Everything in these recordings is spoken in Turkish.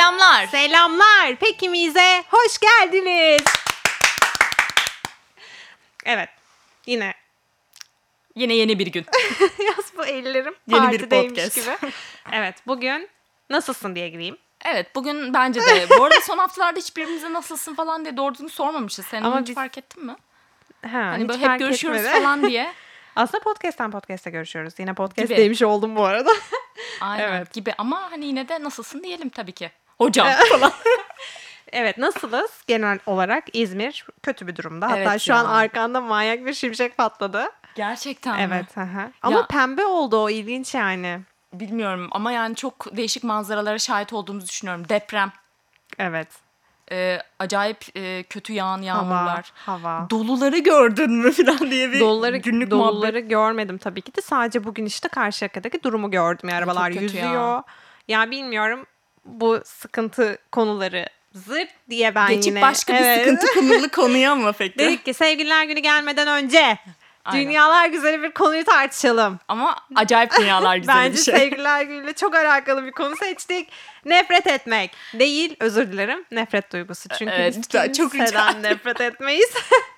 Selamlar. Selamlar. Pekimize hoş geldiniz. Evet. Yine Yeni bir gün. yaz bu ellerim Yeni bir partideymiş podcast. gibi. Evet. Bugün nasılsın diye gireyim. Evet, bugün bence de. Bu arada son haftalarda hiçbirimize nasılsın falan diye doğru düzgün sormamışız. Sen Ama onu hiç biz- fark ettin mi? Hiç Böyle hep fark görüşüyoruz etmedi. falan diye. Aslında podcast'te görüşüyoruz. Yine podcast Gibi. demiş oldum bu arada. Aynen Evet. gibi ama hani yine de nasılsın diyelim tabii ki. Hocam falan. Evet, nasılız? Genel olarak İzmir kötü bir durumda. Hatta Evet şu ya. an arkanda manyak bir şimşek patladı. Gerçekten mi? Evet. Ama Ya- pembe oldu, o ilginç yani. Bilmiyorum ama yani çok değişik manzaralara şahit olduğumuzu düşünüyorum. Deprem, Evet. acayip kötü yağan yağmurlar. Hava. Doluları gördün mü falan diye bir günlük muhabbet. Doluları görmedim tabii ki de. Sadece bugün işte Karşıyaka'daki durumu gördüm. Yani arabalar çok kötü yüzüyor. Ya bilmiyorum, bu sıkıntı konuları zırt diye ben Geçip yine. başka bir sıkıntı konulu konuya mı peki? Dedik ki sevgililer günü gelmeden önce Aynen. dünyalar güzeli bir konuyu tartışalım. Ama acayip dünyalar güzel Bence bir şey. sevgililer günüyle çok alakalı bir konu seçtik. Nefret etmek değil, özür dilerim. Nefret duygusu. Çünkü Evet, biz lütfen, çok rica kimseden ederim. nefret etmeyiz.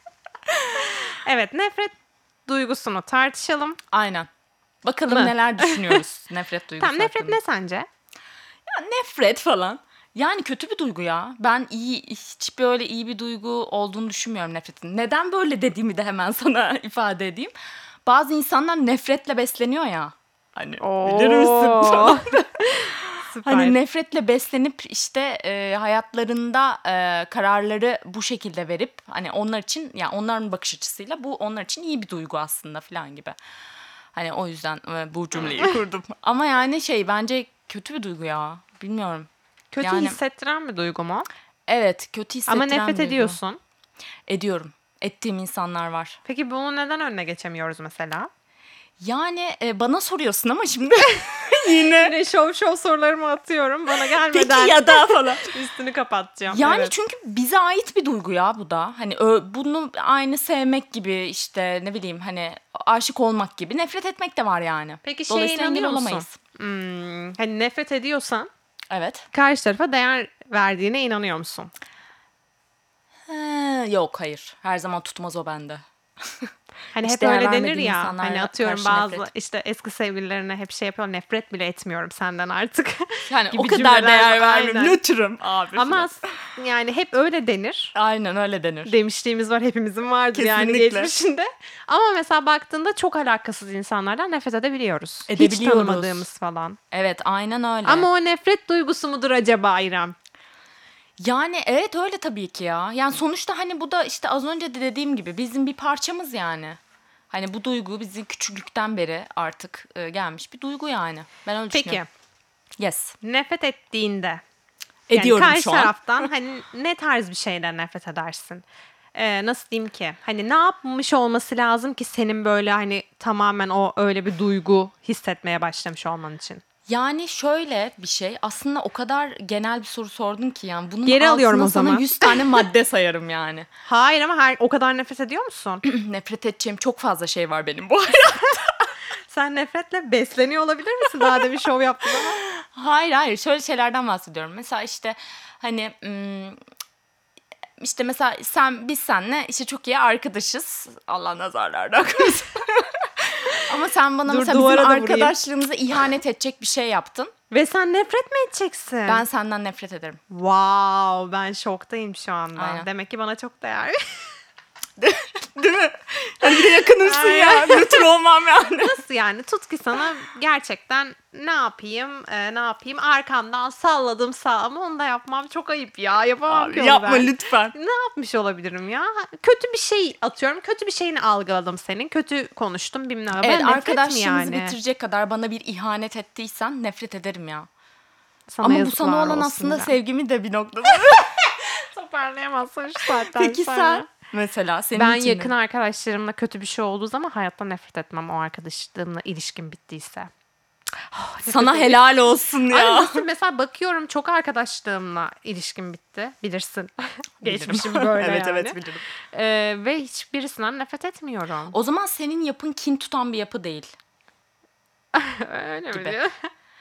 Evet, nefret duygusunu tartışalım. Aynen. Bakalım Mı? neler düşünüyoruz nefret duygusu Tamam, nefret hakkında. ne sence? Ya nefret falan. Yani kötü bir duygu ya. Ben hiç böyle iyi bir duygu olduğunu düşünmüyorum nefretin. Neden böyle dediğimi de hemen sana ifade edeyim. Bazı insanlar nefretle besleniyor ya. Hani bilir misin falan. Süper. Hani nefretle beslenip işte hayatlarında kararları bu şekilde verip hani onlar için yani onların bakış açısıyla bu onlar için iyi bir duygu aslında falan gibi. Hani o yüzden bu cümleyi kurdum. Ama yani bence kötü bir duygu ya. Bilmiyorum. Kötü yani- hissettiren bir duygu mu? Evet, kötü hissettiren Ama nefret bir duygu. ediyorsun. Ediyorum. Ettiğim insanlar var. Peki bunu neden önüne geçemiyoruz mesela? Yani bana soruyorsun ama şimdi yine Yine şov sorularımı atıyorum. Bana gelmeden peki ya da falan. üstünü kapatacağım. Yani Evet. çünkü bize ait bir duygu ya bu da. Hani bunu aynı sevmek gibi işte ne bileyim hani aşık olmak gibi nefret etmek de var yani. Peki Dolayısıyla engel inanıyor musun? olamayız. Hani nefret ediyorsan Evet. karşı tarafa değer verdiğine inanıyor musun? Yok hayır. Her zaman tutmaz o bende. Hani Hiç hep değer öyle denir vermediğim ya. insanlara Hani atıyorum karşı bazı nefret. işte eski sevgililerine hep şey yapıyor. Nefret bile etmiyorum senden artık. Yani gibi o kadar cümleler değer var. vermiyorum. Aynen. Nötrüm abi. Ama falan. yani hep öyle denir. Aynen öyle denir. Demişliğimiz var, hepimizin vardır yani Kesinlikle. geçmişinde. Ama mesela baktığında çok alakasız insanlardan nefret edebiliyoruz. Hiç Edebiliyoruz. tanımadığımız falan. Evet aynen öyle. Ama o nefret duygusu mudur acaba İrem? Yani evet öyle tabii ki ya. Yani sonuçta hani bu da işte az önce de dediğim gibi bizim bir parçamız yani. Hani bu duygu bizim küçüklükten beri artık gelmiş bir duygu yani. Ben öyle Peki düşünüyorum. Yes. nefret ettiğinde Ediyorum yani karşı şu an. taraftan hani ne tarz bir şeyden nefret edersin? Nasıl diyeyim ki? Hani ne yapmış olması lazım ki senin böyle hani tamamen o öyle bir duygu hissetmeye başlamış olman için? Yani şöyle bir şey aslında o kadar genel bir soru sordun ki yani bunun Geri altına alıyorum o sana zaman. 100 tane madde sayarım yani. Hayır ama o kadar nefret ediyor musun? Nefret edeceğim çok fazla şey var benim bu hayatta. Sen nefretle besleniyor olabilir misin? Daha demin şov yaptın ama. Hayır şöyle şeylerden bahsediyorum. Mesela işte hani işte mesela biz seninle işte çok iyi arkadaşız. Allah nazarlardan korusun. Ama sen bana Dur, mesela bizim duvara da vurayım. arkadaşlığımıza ihanet edecek bir şey yaptın. Ve sen nefret mi edeceksin? Ben senden nefret ederim. Wow, ben şoktayım şu anda. Aynen. Demek ki bana çok değer. Değil mi? Hani bir de yakınırsın ya. Nötr olmam yani. Nasıl yani? Tut ki sana gerçekten ne yapayım? Arkamdan salladım ama onu da yapmam çok ayıp ya. Yapamam Abi, ki onu yapma ben. lütfen. Ne yapmış olabilirim ya? Kötü bir şey atıyorum. Kötü bir şeyini algıladım senin. Kötü konuştum bilmem ne. Evet Ben nefret mi arkadaşlığımızı yani? bitirecek kadar bana bir ihanet ettiysen nefret ederim ya. Sana Ama bu yazıklar sana olan olsun aslında İrem. sevgimi de bir noktada. Toparlayamazsın şu saatten Peki sonra. sen? Mesela senin Ben için yakın ne? arkadaşlarımla kötü bir şey olduğu zaman hayatta nefret etmem, o arkadaşlığımla ilişkim bittiyse. Sana helal olsun Ay, ya. nasıl mesela bakıyorum, çok arkadaşlığımla ilişkim bitti. Bilirsin. Geçmişim böyle evet yani. evet bilirim. Ve hiçbirisinden nefret etmiyorum. O zaman senin yapın kin tutan bir yapı değil. Öyle mi gibi. diyor?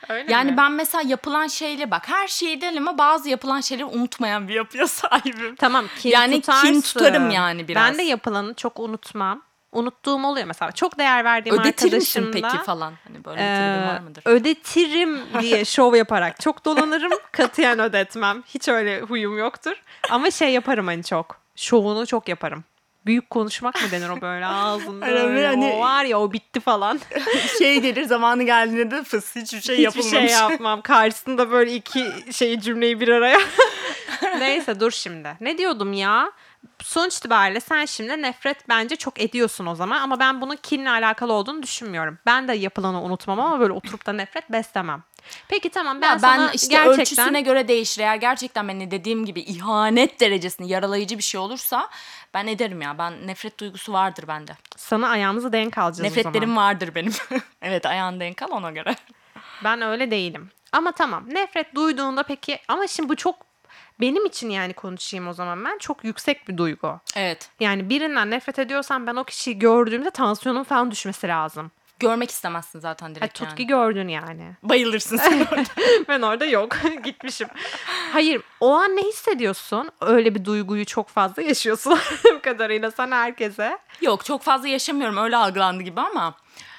Öyle Yani mi? ben mesela yapılan şeyleri bak her şeyi değil ama bazı yapılan şeyleri unutmayan bir yapıya sahibim. Tamam, kin Yani tutarsın. kin tutarım yani biraz. Ben de yapılanı çok unutmam. Unuttuğum oluyor mesela. Çok değer verdiğim Ödetir misin arkadaşımda. peki falan? Hani böyle bir tribin var mıdır? Ödetirim diye şov yaparak çok dolanırım. Katiyen ödetmem. Hiç öyle huyum yoktur. Ama şey yaparım hani çok. Şovunu çok yaparım. Büyük konuşmak mı denir o böyle ağzında Hani öyle hani- o var ya o bitti falan. Şey gelir zamanı geldiğinde de fıs hiçbir şey Hiçbir yapılmamış. şey yapmam. Karşısında böyle iki cümleyi bir araya. Neyse dur şimdi. Ne diyordum ya? Sonuç itibariyle sen şimdi nefret bence çok ediyorsun o zaman. Ama ben bunun kinle alakalı olduğunu düşünmüyorum. Ben de yapılanı unutmam ama böyle oturup da nefret beslemem. Peki tamam ben Ya sana ben işte gerçekten... ölçüsüne göre değişir. Eğer gerçekten beni dediğim gibi ihanet derecesinde yaralayıcı bir şey olursa ben ederim ya. Ben nefret duygusu vardır bende. Sana ayağımızı denk alacağız o zaman. Nefretlerim vardır benim. Evet ayağın denk al ona göre. Ben öyle değilim. Ama tamam nefret duyduğunda peki ama şimdi bu çok benim için yani konuşayım o zaman ben çok yüksek bir duygu. Evet. Yani birinden nefret ediyorsam ben o kişiyi gördüğümde tansiyonum falan düşmesi lazım. Görmek istemezsin zaten Ha, direkt tutki yani. gördün yani. Bayılırsın sen orada. Ben orada yok. Gitmişim. Hayır o an ne hissediyorsun? Öyle bir duyguyu çok fazla yaşıyorsun bu kadarıyla sen herkese. Yok çok fazla yaşamıyorum öyle algılandı gibi ama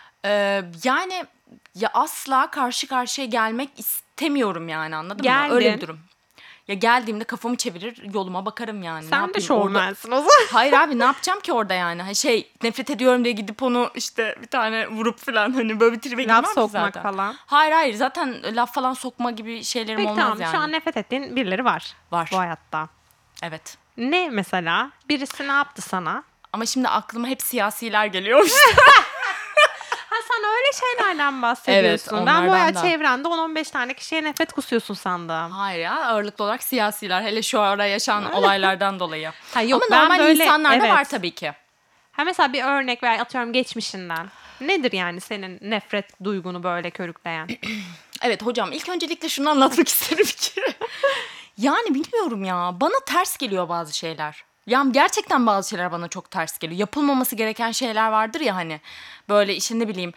yani ya asla karşı karşıya gelmek istemiyorum yani anladın mı? Öyle Geldin. bir durum. Ya geldiğimde kafamı çevirir yoluma bakarım yani. Ne Sen de yapayım orada? şovmensin o zaman. Hayır abi ne yapacağım ki orada yani? Ha, şey nefret ediyorum diye gidip onu işte bir tane vurup falan hani böyle bir tribe girmem Laf ki sokmak zaten. falan. Hayır zaten laf falan sokma gibi şeylerim Peki olmaz tamam yani. şu an nefret ettiğin birileri var. Var. Bu hayatta. Evet. Ne mesela? Birisi ne yaptı sana? Ama şimdi aklıma hep siyasiler geliyor. Ha sen öyle şeylerden bahsediyorsun. Evet, Ben bu onlardan hayat da. çevrende 10-15 tane kişiye nefret kusuyorsun sandım. Hayır ya ağırlıklı olarak siyasiler. Hele şu ara yaşanan olaylardan dolayı. Ha, yok, Ama ben normal böyle- insanlar da evet. var tabii ki. Ha mesela bir örnek ver atıyorum geçmişinden. Nedir yani senin nefret duygunu böyle körükleyen? Evet hocam ilk öncelikle şunu anlatmak isterim ki. Yani bilmiyorum ya bana ters geliyor bazı şeyler. Yani gerçekten bazı şeyler bana çok ters geliyor. Yapılmaması gereken şeyler vardır ya hani. Böyle işte ne bileyim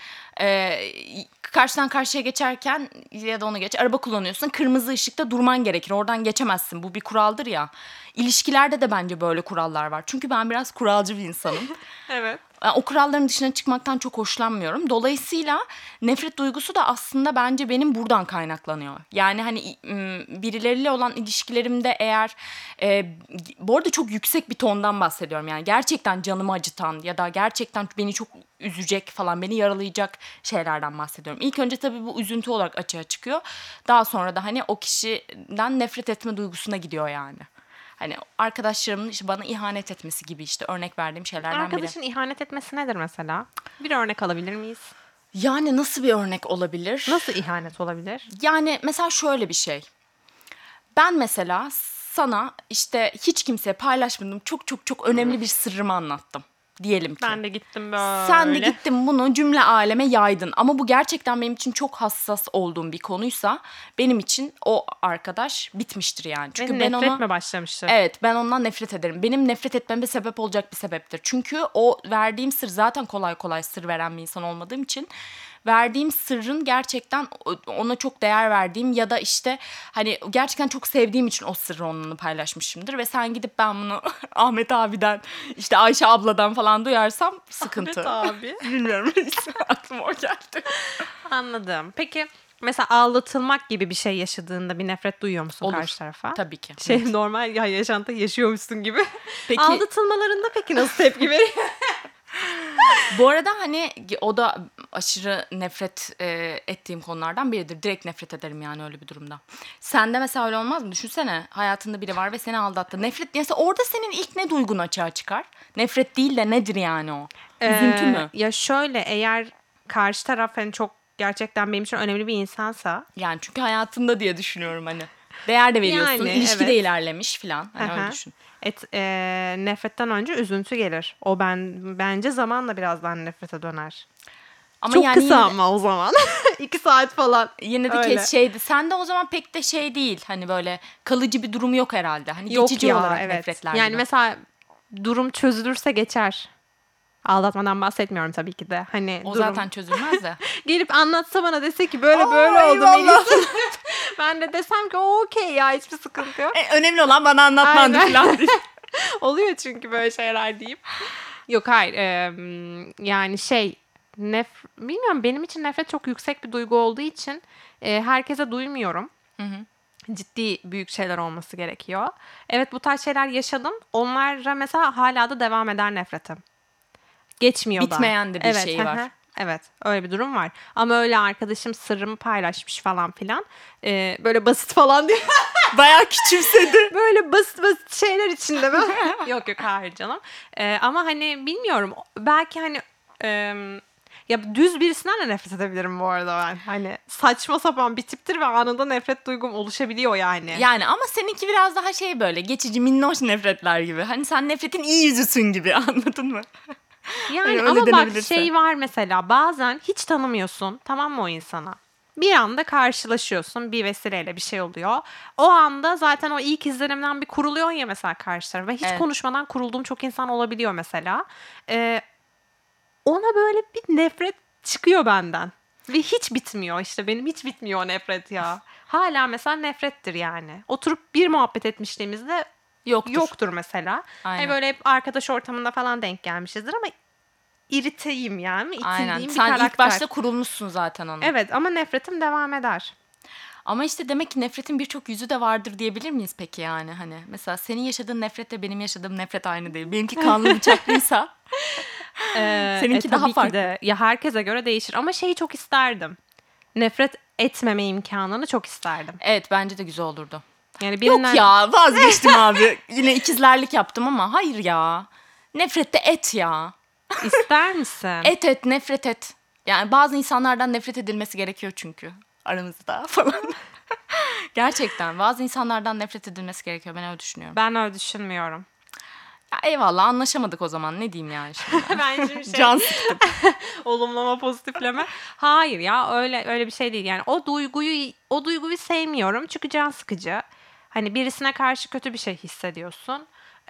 karşıdan karşıya geçerken ya da onu geç araba kullanıyorsun. Kırmızı ışıkta durman gerekir. Oradan geçemezsin. Bu bir kuraldır ya. İlişkilerde de bence böyle kurallar var. Çünkü ben biraz kuralcı bir insanım. Evet. O kuralların dışına çıkmaktan çok hoşlanmıyorum. Dolayısıyla nefret duygusu da aslında bence benim buradan kaynaklanıyor. Yani hani birileriyle olan ilişkilerimde eğer bu arada çok yüksek bir tondan bahsediyorum. Yani gerçekten canımı acıtan ya da gerçekten beni çok üzecek falan beni yaralayacak şeylerden bahsediyorum. İlk önce tabii bu üzüntü olarak açığa çıkıyor. Daha sonra da hani o kişiden nefret etme duygusuna gidiyor yani. Hani arkadaşlarımın işte bana ihanet etmesi gibi işte örnek verdiğim şeylerden biri. Arkadaşın ihanet etmesi nedir mesela? Bir örnek alabilir miyiz? Yani nasıl bir örnek olabilir? Nasıl ihanet olabilir? Yani mesela şöyle bir şey. Ben mesela sana işte hiç kimseye paylaşmadığım çok önemli bir sırrımı anlattım. Diyelim ki. Ben de gittim böyle. Sen de gittin bunu cümle aleme yaydın. Ama bu gerçekten benim için çok hassas olduğum bir konuysa benim için o arkadaş bitmiştir yani. Çünkü Ve ben nefret onu... mi başlamıştır? Evet ben ondan nefret ederim. Benim nefret etmeme sebep olacak bir sebeptir. Çünkü o verdiğim sır zaten kolay kolay sır veren bir insan olmadığım için verdiğim sırrın gerçekten ona çok değer verdiğim ya da işte hani gerçekten çok sevdiğim için o sırrı onunla paylaşmışımdır. Ve sen gidip ben bunu Ahmet abiden işte Ayşe abladan falan duyarsam sıkıntı. Ahmet abi. Bilmiyorum aklıma o geldi. Anladım. Peki mesela aldatılmak gibi bir şey yaşadığında bir nefret duyuyor musun Olur. karşı tarafa? Tabii ki. Şey normal ya yaşantı yaşıyormuşsun gibi. Peki- Aldatılmalarında peki nasıl tepki veriyor? Bu arada hani o da aşırı nefret ettiğim konulardan biridir. Direkt nefret ederim yani öyle bir durumda. Sende mesela öyle olmaz mı? Düşünsene hayatında biri var ve seni aldattı. Nefret mesela orada senin ilk ne duygun açığa çıkar? Nefret değil de nedir yani o? Üzüntü mü? Ya şöyle eğer karşı taraf hani çok gerçekten benim için önemli bir insansa. Yani çünkü hayatında diye düşünüyorum hani. Değer de veriyorsun. Yani, İlişki de evet. ilerlemiş falan. Hani öyle Aha. düşün. Nefretten önce üzüntü gelir. O bence zamanla birazdan nefrete döner. Ama Çok yani kısa yine de- ama o zaman. 2 saat falan. Yine de Öyle. şeydi. Sende o zaman pek de şey değil. Hani böyle kalıcı bir durum yok herhalde. Hani Yok geçici ya olarak evet. nefretler Yani gibi. mesela durum çözülürse geçer. Aldatmadan bahsetmiyorum tabii ki de. Hani O durum. zaten çözülmez de. Gelip anlatsa bana, dese ki böyle böyle oldu eyvallah. Melis. Ben de desem ki o okey ya, hiçbir sıkıntı yok. Önemli olan bana anlatmandı Aynen. falan diye. Oluyor çünkü böyle şeyler deyip. Yok hayır. Yani bilmiyorum, benim için nefret çok yüksek bir duygu olduğu için herkese duymuyorum. Ciddi büyük şeyler olması gerekiyor. Evet, bu tarz şeyler yaşadım. Onlara mesela hala da devam eder nefretim. Geçmiyor da. Bitmeyen de bir şey var. Evet, öyle bir durum var. Ama öyle arkadaşım sırrımı paylaşmış falan filan. Böyle basit falan diye. Bayağı küçümsedi. Böyle basit basit şeyler içinde mi? Yok hayır canım. Ama hani bilmiyorum. Belki hani ya düz birisinden de nefret edebilirim bu arada ben. Hani saçma sapan bir tiptir ve anında nefret duygum oluşabiliyor yani. Yani ama seninki biraz daha şey, böyle geçici minnoş nefretler gibi. Hani sen nefretin iyi yüzüsün gibi, anladın mı? Yani öyle ama bak denebilirse. şey var mesela, bazen hiç tanımıyorsun tamam mı o insana? Bir anda karşılaşıyorsun, bir vesileyle bir şey oluyor. O anda zaten o ilk izlenimden bir kuruluyor ya mesela karşı taraf. Ve hiç Evet. konuşmadan kurulduğum çok insan olabiliyor mesela. Ona böyle bir nefret çıkıyor benden. Ve hiç bitmiyor işte, benim hiç bitmiyor o nefret ya. Hala mesela nefrettir yani. Oturup bir muhabbet etmişliğimizde yoktur mesela. Aynen. Hani böyle hep arkadaş ortamında falan denk gelmişizdir ama iriteyim yani. Aynen. İtildiğim bir Sen karakter. ilk başta kurulmuşsun zaten ona. Evet ama nefretim devam eder. Ama işte demek ki nefretin birçok yüzü de vardır diyebilir miyiz peki yani? Hani mesela senin yaşadığın nefretle benim yaşadığım nefret aynı değil. Benimki kanlı bıçaklıysa seninki daha tabii ki farklı. de. Ya herkese göre değişir ama şeyi çok isterdim. Nefret etmeme imkanını çok isterdim. Evet, bence de güzel olurdu. Yani birinden... Yok ya, vazgeçtim abi. Yine ikizlerlik yaptım ama hayır ya. Nefret de et ya. İster misin? Et nefret et. Yani bazı insanlardan nefret edilmesi gerekiyor çünkü aramızda falan. Gerçekten bazı insanlardan nefret edilmesi gerekiyor, ben öyle düşünüyorum. Ben öyle düşünmüyorum. Ya eyvallah, anlaşamadık o zaman, ne diyeyim yani şimdi. Ben şimdi Can sıktım. olumlama, pozitifleme. Hayır ya, öyle bir şey değil. Yani o duyguyu sevmiyorum çünkü can sıkıcı. Hani birisine karşı kötü bir şey hissediyorsun.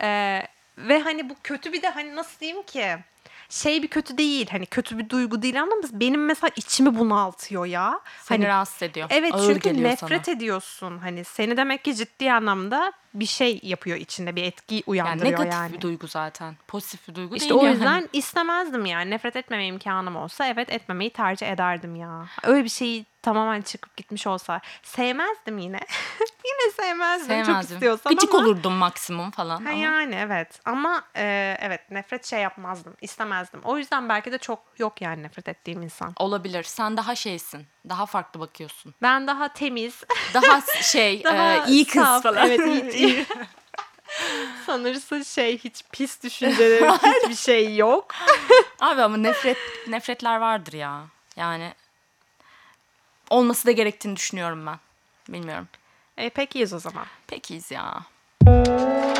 Ve hani bu kötü, bir de hani nasıl diyeyim ki? Bir kötü değil. Hani kötü bir duygu değil ama benim mesela içimi bunaltıyor ya. Seni Hani rahatsız ediyor. evet, Ağır çünkü geliyor nefret sana. ediyorsun. Hani seni demek ki ciddi anlamda bir şey yapıyor içinde, bir etki Yani uyandırıyor negatif yani. bir duygu zaten. Pozitif bir duygu İşte değil o yani. yüzden istemezdim yani. Nefret etmeme imkanım olsa evet, etmemeyi tercih ederdim ya. Öyle bir şeyi tamamen çıkıp gitmiş olsa. Sevmezdim yine. Yine sevmezdim çok Sevmezdim. istiyorsan Gıcık ama. olurdum maksimum falan. Ha Ama yani evet ama evet, nefret yapmazdım, istemezdim. O yüzden belki de çok yok yani nefret ettiğim insan. olabilir. Sen daha şeysin. Daha farklı bakıyorsun. Ben daha temiz, Daha daha iyi kız saf, falan. evet, iyi. Sanırsın hiç pis düşüncelerim, hiçbir şey yok. Abi ama nefretler vardır ya. Yani olması da gerektiğini düşünüyorum ben. Bilmiyorum. Pek iyiyiz o zaman. Pekiyiz ya.